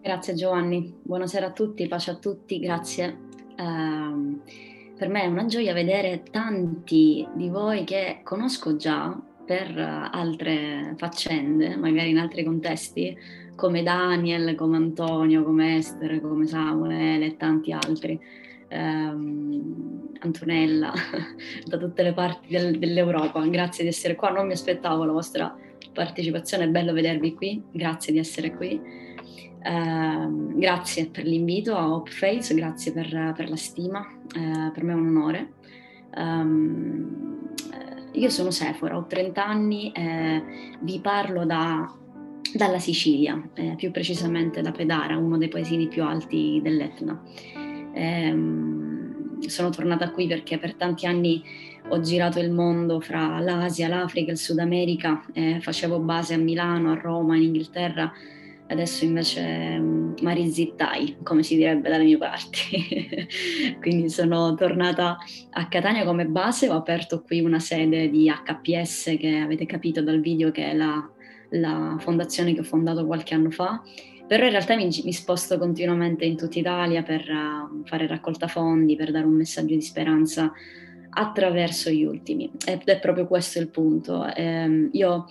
Grazie Giovanni, buonasera a tutti, pace a tutti, grazie. Per me è una gioia vedere tanti di voi che conosco già per altre faccende, magari in altri contesti, come Daniel, come Antonio, come Esther, come Samuele e tanti altri. Antonella, da tutte le parti dell'Europa. Grazie di essere qua, non mi aspettavo la vostra partecipazione, è bello vedervi qui, grazie di essere qui. Grazie per l'invito a Hope Face, grazie per la stima, per me è un onore. Io sono Sephora, ho 30 anni, vi parlo dalla Sicilia, più precisamente da Pedara, uno dei paesini più alti dell'Etna. Sono tornata qui perché per tanti anni ho girato il mondo fra l'Asia, l'Africa, il Sud America, facevo base a Milano, a Roma, in Inghilterra. Adesso invece marizittai, come si direbbe dalle mie parti. Quindi sono tornata a Catania come base, ho aperto qui una sede di HPS, che avete capito dal video che è la fondazione che ho fondato qualche anno fa. Però in realtà mi sposto continuamente in tutta Italia per fare raccolta fondi, per dare un messaggio di speranza attraverso gli ultimi. Ed è proprio questo il punto. Io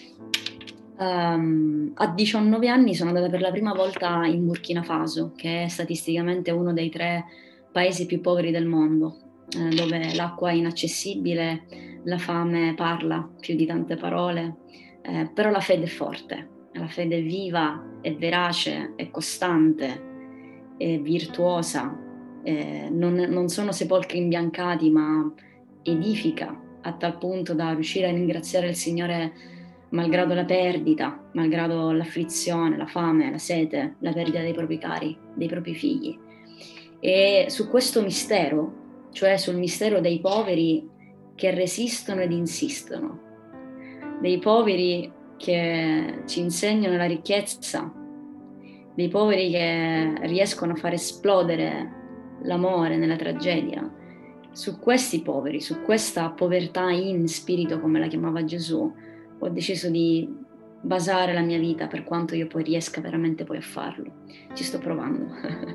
a 19 anni sono andata per la prima volta in Burkina Faso, che è statisticamente uno dei 3 paesi più poveri del mondo, dove l'acqua è inaccessibile, la fame parla più di tante parole, però la fede è forte, la fede è viva, è verace, è costante, è virtuosa, non sono sepolcri imbiancati, ma edifica a tal punto da riuscire a ringraziare il Signore malgrado la perdita, malgrado l'afflizione, la fame, la sete, la perdita dei propri cari, dei propri figli. E su questo mistero, cioè sul mistero dei poveri che resistono ed insistono, dei poveri che ci insegnano la ricchezza, dei poveri che riescono a far esplodere l'amore nella tragedia. Su questi poveri, su questa povertà in spirito, come la chiamava Gesù, ho deciso di basare la mia vita, per quanto io poi riesca veramente poi a farlo. Ci sto provando.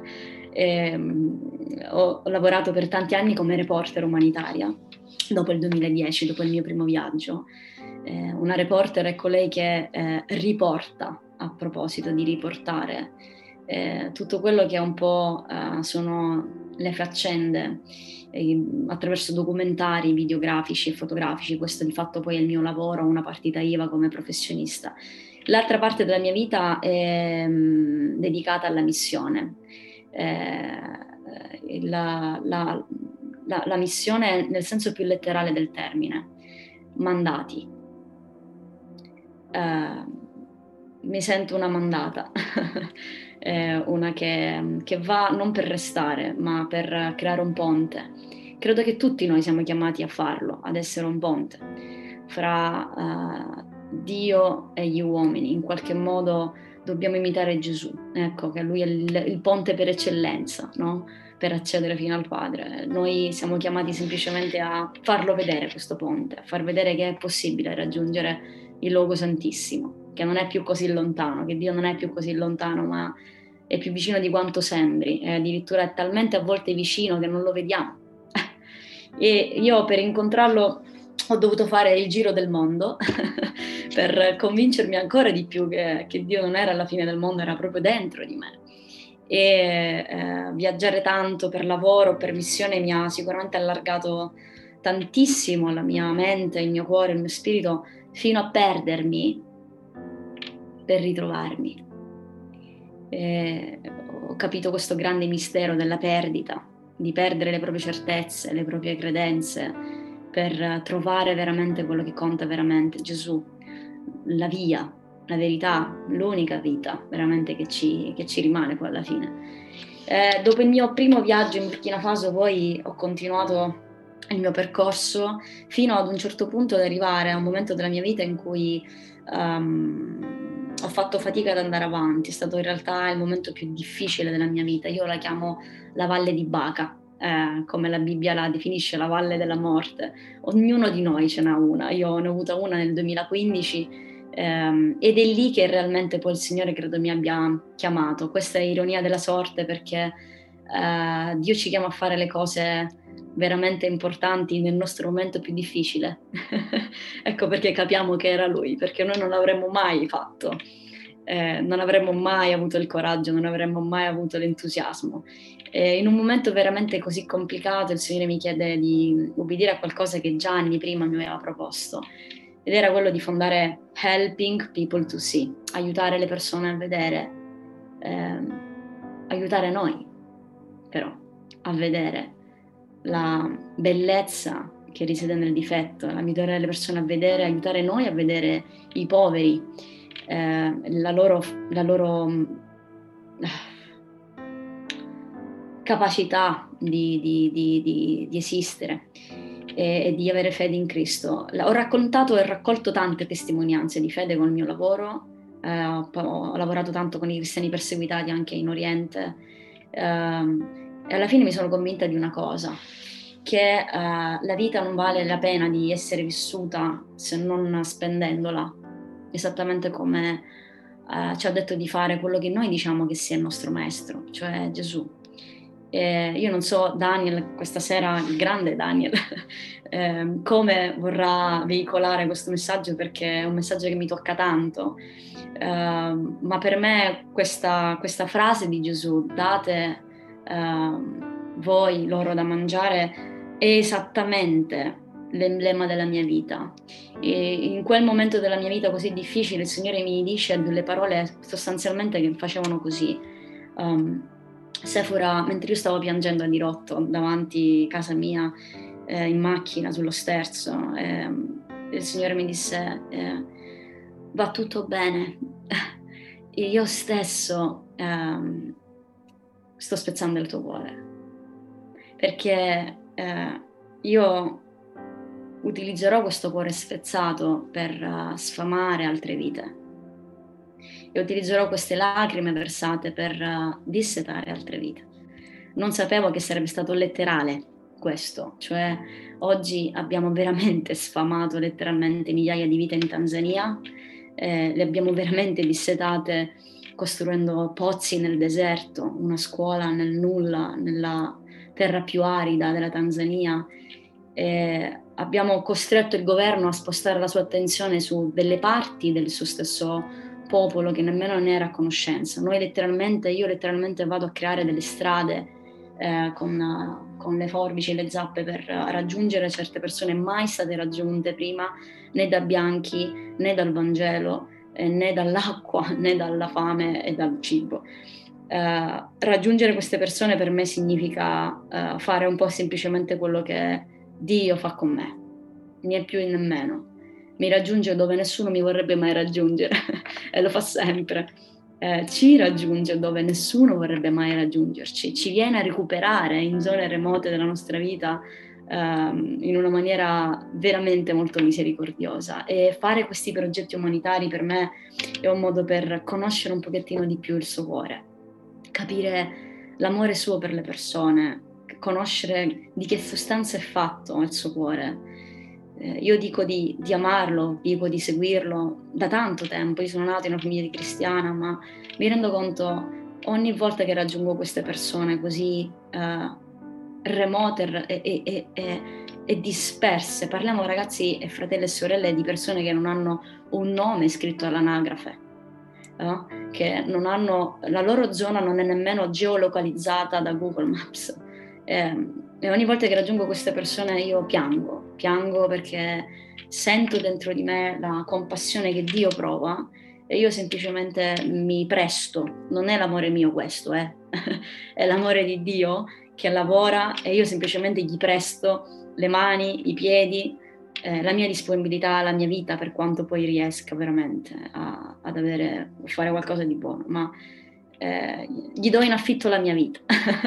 Ho lavorato per tanti anni come reporter umanitaria, dopo il 2010, dopo il mio primo viaggio. Una reporter è colei che riporta, a proposito di riportare, tutto quello che un po' sono le faccende attraverso documentari videografici e fotografici. Questo di fatto poi è il mio lavoro, una partita IVA come professionista. L'altra parte della mia vita è dedicata alla missione. La missione nel senso più letterale del termine, mandati. Mi sento una mandata, una che va non per restare, ma per creare un ponte. Credo che tutti noi siamo chiamati a farlo, ad essere un ponte fra Dio e gli uomini. In qualche modo dobbiamo imitare Gesù, ecco, che lui è il ponte per eccellenza, no? Per accedere fino al Padre. Noi siamo chiamati semplicemente a farlo vedere questo ponte, a far vedere che è possibile raggiungere il luogo santissimo, che non è più così lontano, che Dio non è più così lontano, ma è più vicino di quanto sembri, e addirittura è talmente a volte vicino che non lo vediamo. E io per incontrarlo ho dovuto fare il giro del mondo per convincermi ancora di più che Dio non era alla fine del mondo, era proprio dentro di me. E viaggiare tanto per lavoro, per missione mi ha sicuramente allargato tantissimo la mia mente, il mio cuore, il mio spirito, fino a perdermi per ritrovarmi. Ho capito questo grande mistero della perdita, di perdere le proprie certezze, le proprie credenze, per trovare veramente quello che conta veramente, Gesù, la via, la verità, l'unica vita veramente che ci rimane poi alla fine. Dopo il mio primo viaggio in Burkina Faso poi ho continuato il mio percorso fino ad un certo punto ad arrivare a un momento della mia vita in cui ho fatto fatica ad andare avanti. È stato in realtà il momento più difficile della mia vita. Io la chiamo la valle di Baca, come la Bibbia la definisce, la valle della morte. Ognuno di noi ce n'ha una. Io ne ho avuta una nel 2015 ed è lì che realmente poi il Signore credo mi abbia chiamato. Questa è ironia della sorte, perché Dio ci chiama a fare le cose veramente importanti nel nostro momento più difficile. Ecco perché capiamo che era Lui, perché noi non l'avremmo mai fatto, non avremmo mai avuto il coraggio, non avremmo mai avuto l'entusiasmo. In un momento veramente così complicato il Signore mi chiede di ubbidire a qualcosa che già anni prima mi aveva proposto, ed era quello di fondare Helping People to See, aiutare le persone a vedere, aiutare noi però a vedere la bellezza che risiede nel difetto, aiutare le persone a vedere, aiutare noi a vedere i poveri, la loro capacità di esistere e di avere fede in Cristo. Ho raccontato e raccolto tante testimonianze di fede con il mio lavoro, ho lavorato tanto con i cristiani perseguitati anche in Oriente, e alla fine mi sono convinta di una cosa, che la vita non vale la pena di essere vissuta se non spendendola, esattamente come ci ha detto di fare quello che noi diciamo che sia il nostro maestro, cioè Gesù. Io non so Daniel, questa sera, il grande Daniel, come vorrà veicolare questo messaggio, perché è un messaggio che mi tocca tanto, ma per me questa frase di Gesù, date voi loro da mangiare, è esattamente l'emblema della mia vita. E in quel momento della mia vita così difficile il Signore mi dice delle parole sostanzialmente che facevano così. Sephora, mentre io stavo piangendo a dirotto davanti a casa mia, in macchina sullo sterzo, il Signore mi disse va tutto bene, io stesso sto spezzando il tuo cuore, perché io utilizzerò questo cuore spezzato per sfamare altre vite, e utilizzerò queste lacrime versate per dissetare altre vite. Non sapevo che sarebbe stato letterale questo, cioè oggi abbiamo veramente sfamato letteralmente migliaia di vite in Tanzania, le abbiamo veramente dissetate costruendo pozzi nel deserto, una scuola nel nulla, nella terra più arida della Tanzania. Abbiamo costretto il governo a spostare la sua attenzione su delle parti del suo stesso popolo che nemmeno ne era a conoscenza. Io letteralmente vado a creare delle strade con le forbici e le zappe per raggiungere certe persone mai state raggiunte prima, né da Bianchi, né dal Vangelo, né dall'acqua, né dalla fame e dal cibo. Raggiungere queste persone per me significa fare un po' semplicemente quello che Dio fa con me, né più né meno. Mi raggiunge dove nessuno mi vorrebbe mai raggiungere e lo fa sempre. Ci raggiunge dove nessuno vorrebbe mai raggiungerci, ci viene a recuperare in zone remote della nostra vita in una maniera veramente molto misericordiosa, e fare questi progetti umanitari per me è un modo per conoscere un pochettino di più il suo cuore, capire l'amore suo per le persone, conoscere di che sostanza è fatto il suo cuore. Io dico di amarlo, dico di seguirlo da tanto tempo. Io sono nata in una famiglia di cristiana, ma mi rendo conto ogni volta che raggiungo queste persone così remote e disperse. Parliamo, ragazzi e fratelli e sorelle, di persone che non hanno un nome scritto all'anagrafe, che non hanno, la loro zona non è nemmeno geolocalizzata da Google Maps. E ogni volta che raggiungo queste persone io piango perché sento dentro di me la compassione che Dio prova, e io semplicemente mi presto. Non è l'amore mio questo, è l'amore di Dio che lavora, e io semplicemente gli presto le mani, i piedi, la mia disponibilità, la mia vita, per quanto poi riesca veramente a fare qualcosa di buono, ma gli do in affitto la mia vita.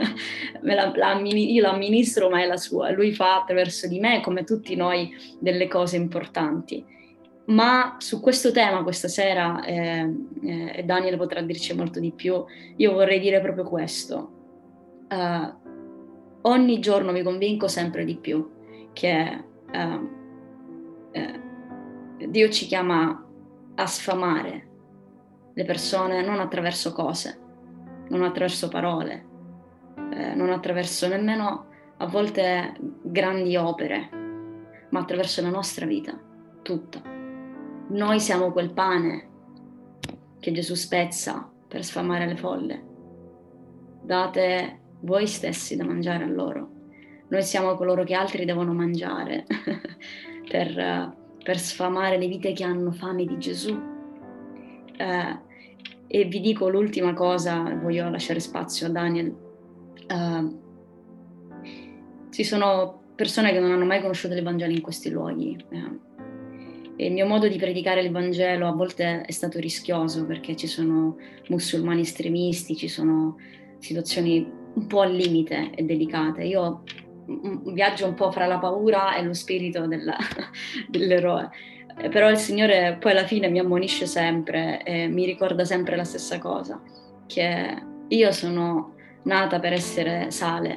Io la amministro, ma è la sua. Lui fa attraverso di me, come tutti noi, delle cose importanti. Ma su questo tema questa sera, e Daniel potrà dirci molto di più, io vorrei dire proprio questo. Ogni giorno mi convinco sempre di più che Dio ci chiama a sfamare le persone non attraverso cose, non attraverso parole, non attraverso nemmeno a volte grandi opere, ma attraverso la nostra vita, tutta. Noi siamo quel pane che Gesù spezza per sfamare le folle. Date voi stessi da mangiare a loro. Noi siamo coloro che altri devono mangiare per sfamare le vite che hanno fame di Gesù. E vi dico l'ultima cosa, voglio lasciare spazio a Daniel. Ci sono persone che non hanno mai conosciuto il Vangelo in questi luoghi. E il mio modo di predicare il Vangelo a volte è stato rischioso, perché ci sono musulmani estremisti, ci sono situazioni un po' al limite e delicate. Io viaggio un po' fra la paura e lo spirito dell'eroe. Però il Signore poi alla fine mi ammonisce sempre e mi ricorda sempre la stessa cosa, che io sono nata per essere sale.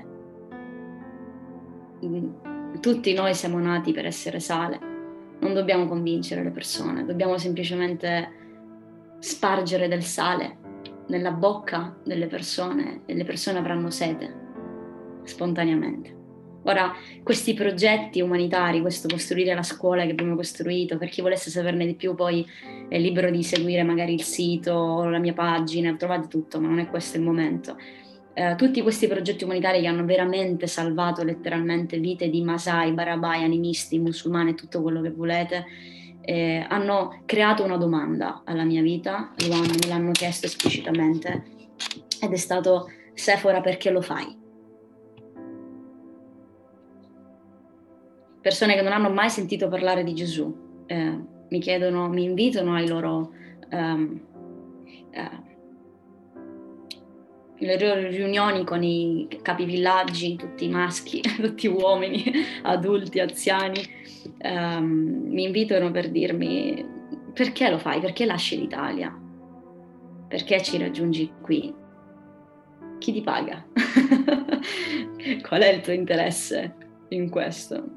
Tutti noi siamo nati per essere sale. Non dobbiamo convincere le persone, dobbiamo semplicemente spargere del sale nella bocca delle persone e le persone avranno sete spontaneamente. Ora, questi progetti umanitari, questo costruire la scuola che abbiamo costruito, per chi volesse saperne di più poi è libero di seguire magari il sito o la mia pagina, trovate tutto, ma non è questo il momento. Tutti questi progetti umanitari che hanno veramente salvato letteralmente vite di Masai, Barabai, animisti, musulmani, tutto quello che volete, hanno creato una domanda alla mia vita, me l'hanno chiesto esplicitamente, ed è stato: Sephora, perché lo fai? Persone che non hanno mai sentito parlare di Gesù mi chiedono, mi invitano ai loro le loro riunioni con i capivillaggi, tutti maschi, tutti uomini, adulti, anziani, mi invitano per dirmi: perché lo fai? Perché lasci l'Italia? Perché ci raggiungi qui? Chi ti paga? Qual è il tuo interesse in questo?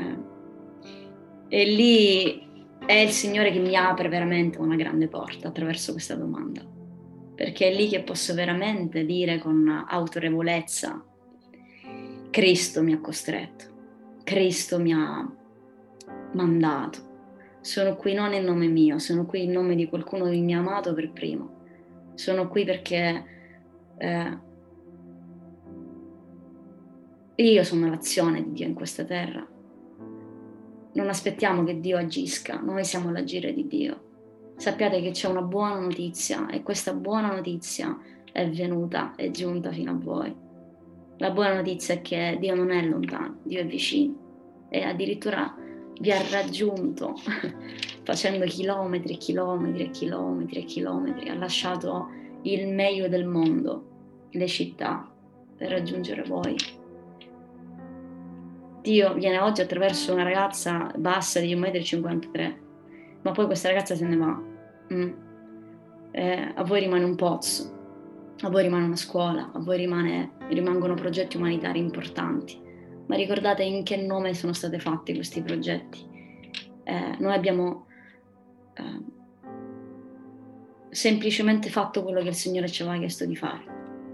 E lì è il Signore che mi apre veramente una grande porta attraverso questa domanda, perché è lì che posso veramente dire con autorevolezza: Cristo mi ha costretto, Cristo mi ha mandato, sono qui non in nome mio, sono qui in nome di qualcuno che mi ha amato per primo, sono qui perché io sono l'azione di Dio in questa terra. Non aspettiamo che Dio agisca, noi siamo l'agire di Dio. Sappiate che c'è una buona notizia e questa buona notizia è venuta, è giunta fino a voi. La buona notizia è che Dio non è lontano, Dio è vicino e addirittura vi ha raggiunto facendo chilometri e chilometri e chilometri e chilometri. Ha lasciato il meglio del mondo, le città, per raggiungere voi. Dio viene oggi attraverso una ragazza bassa di 1,53 m, ma poi questa ragazza se ne va. A voi rimane un pozzo, a voi rimane una scuola, a voi rimangono progetti umanitari importanti. Ma ricordate in che nome sono stati fatti questi progetti? Noi abbiamo semplicemente fatto quello che il Signore ci aveva chiesto di fare.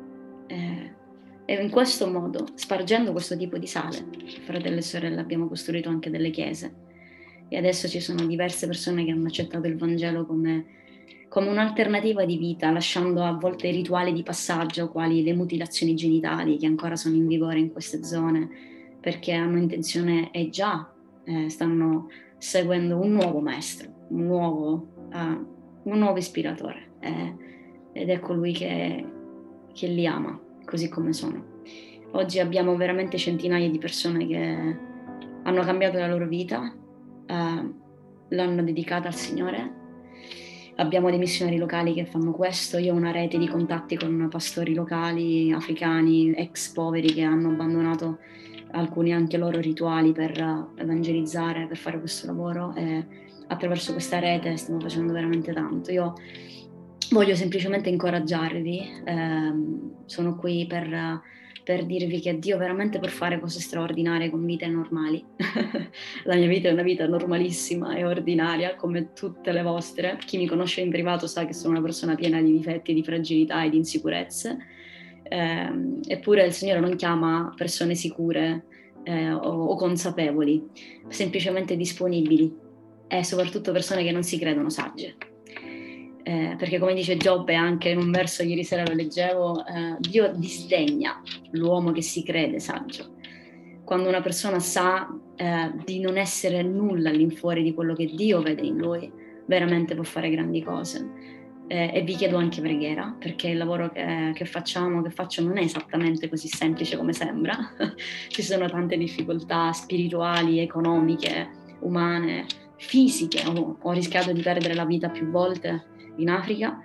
E in questo modo, spargendo questo tipo di sale, fratelli e sorelle, abbiamo costruito anche delle chiese. E adesso ci sono diverse persone che hanno accettato il Vangelo come un'alternativa di vita, lasciando a volte rituali di passaggio, quali le mutilazioni genitali, che ancora sono in vigore in queste zone, perché hanno intenzione e già stanno seguendo un nuovo maestro, un nuovo ispiratore, ed è colui che li ama così come sono. Oggi abbiamo veramente centinaia di persone che hanno cambiato la loro vita, l'hanno dedicata al Signore. Abbiamo dei missionari locali che fanno questo. Io ho una rete di contatti con pastori locali, africani, ex poveri che hanno abbandonato alcuni anche loro rituali per evangelizzare, per fare questo lavoro, e attraverso questa rete stiamo facendo veramente tanto. Io voglio semplicemente incoraggiarvi, sono qui per per dirvi che Dio veramente può fare cose straordinarie con vite normali. La mia vita è una vita normalissima e ordinaria, come tutte le vostre. Chi mi conosce in privato sa che sono una persona piena di difetti, di fragilità e di insicurezze. Eppure il Signore non chiama persone sicure o consapevoli, semplicemente disponibili, e soprattutto persone che non si credono sagge. Perché come dice Giobbe anche in un verso ieri sera lo leggevo, Dio disdegna l'uomo che si crede saggio. Quando una persona sa di non essere nulla all'infuori di quello che Dio vede in lui, veramente può fare grandi cose. E vi chiedo anche preghiera, perché il lavoro che faccio non è esattamente così semplice come sembra. Ci sono tante difficoltà spirituali, economiche, umane, fisiche. Ho rischiato di perdere la vita più volte in Africa,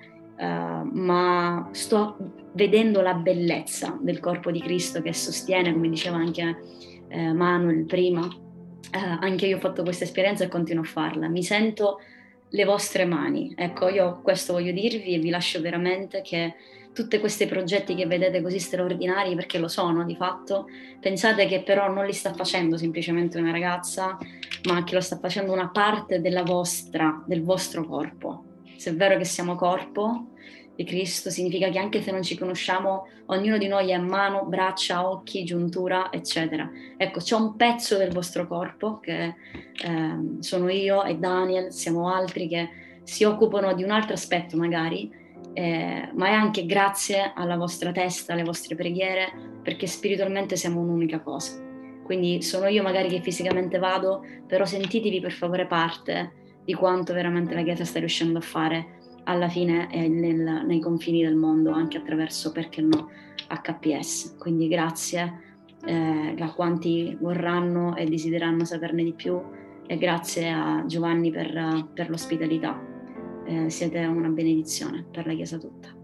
ma sto vedendo la bellezza del corpo di Cristo che sostiene, come diceva anche Manuel prima. Anche io ho fatto questa esperienza e continuo a farla. Mi sento le vostre mani. Ecco, io questo voglio dirvi e vi lascio veramente che tutti questi progetti che vedete così straordinari, perché lo sono di fatto, pensate che però non li sta facendo semplicemente una ragazza, ma che lo sta facendo una parte del vostro corpo. Se è vero che siamo corpo di Cristo, significa che anche se non ci conosciamo, ognuno di noi è mano, braccia, occhi, giuntura, eccetera. Ecco, c'è un pezzo del vostro corpo che sono io e Daniel, siamo altri che si occupano di un altro aspetto magari, ma è anche grazie alla vostra testa, alle vostre preghiere, perché spiritualmente siamo un'unica cosa. Quindi sono io magari che fisicamente vado, però sentitevi per favore parte di quanto veramente la Chiesa sta riuscendo a fare alla fine nei confini del mondo, anche attraverso, perché no, HPS. Quindi grazie a quanti vorranno e desidereranno saperne di più, e grazie a Giovanni per l'ospitalità. Siete una benedizione per la Chiesa tutta.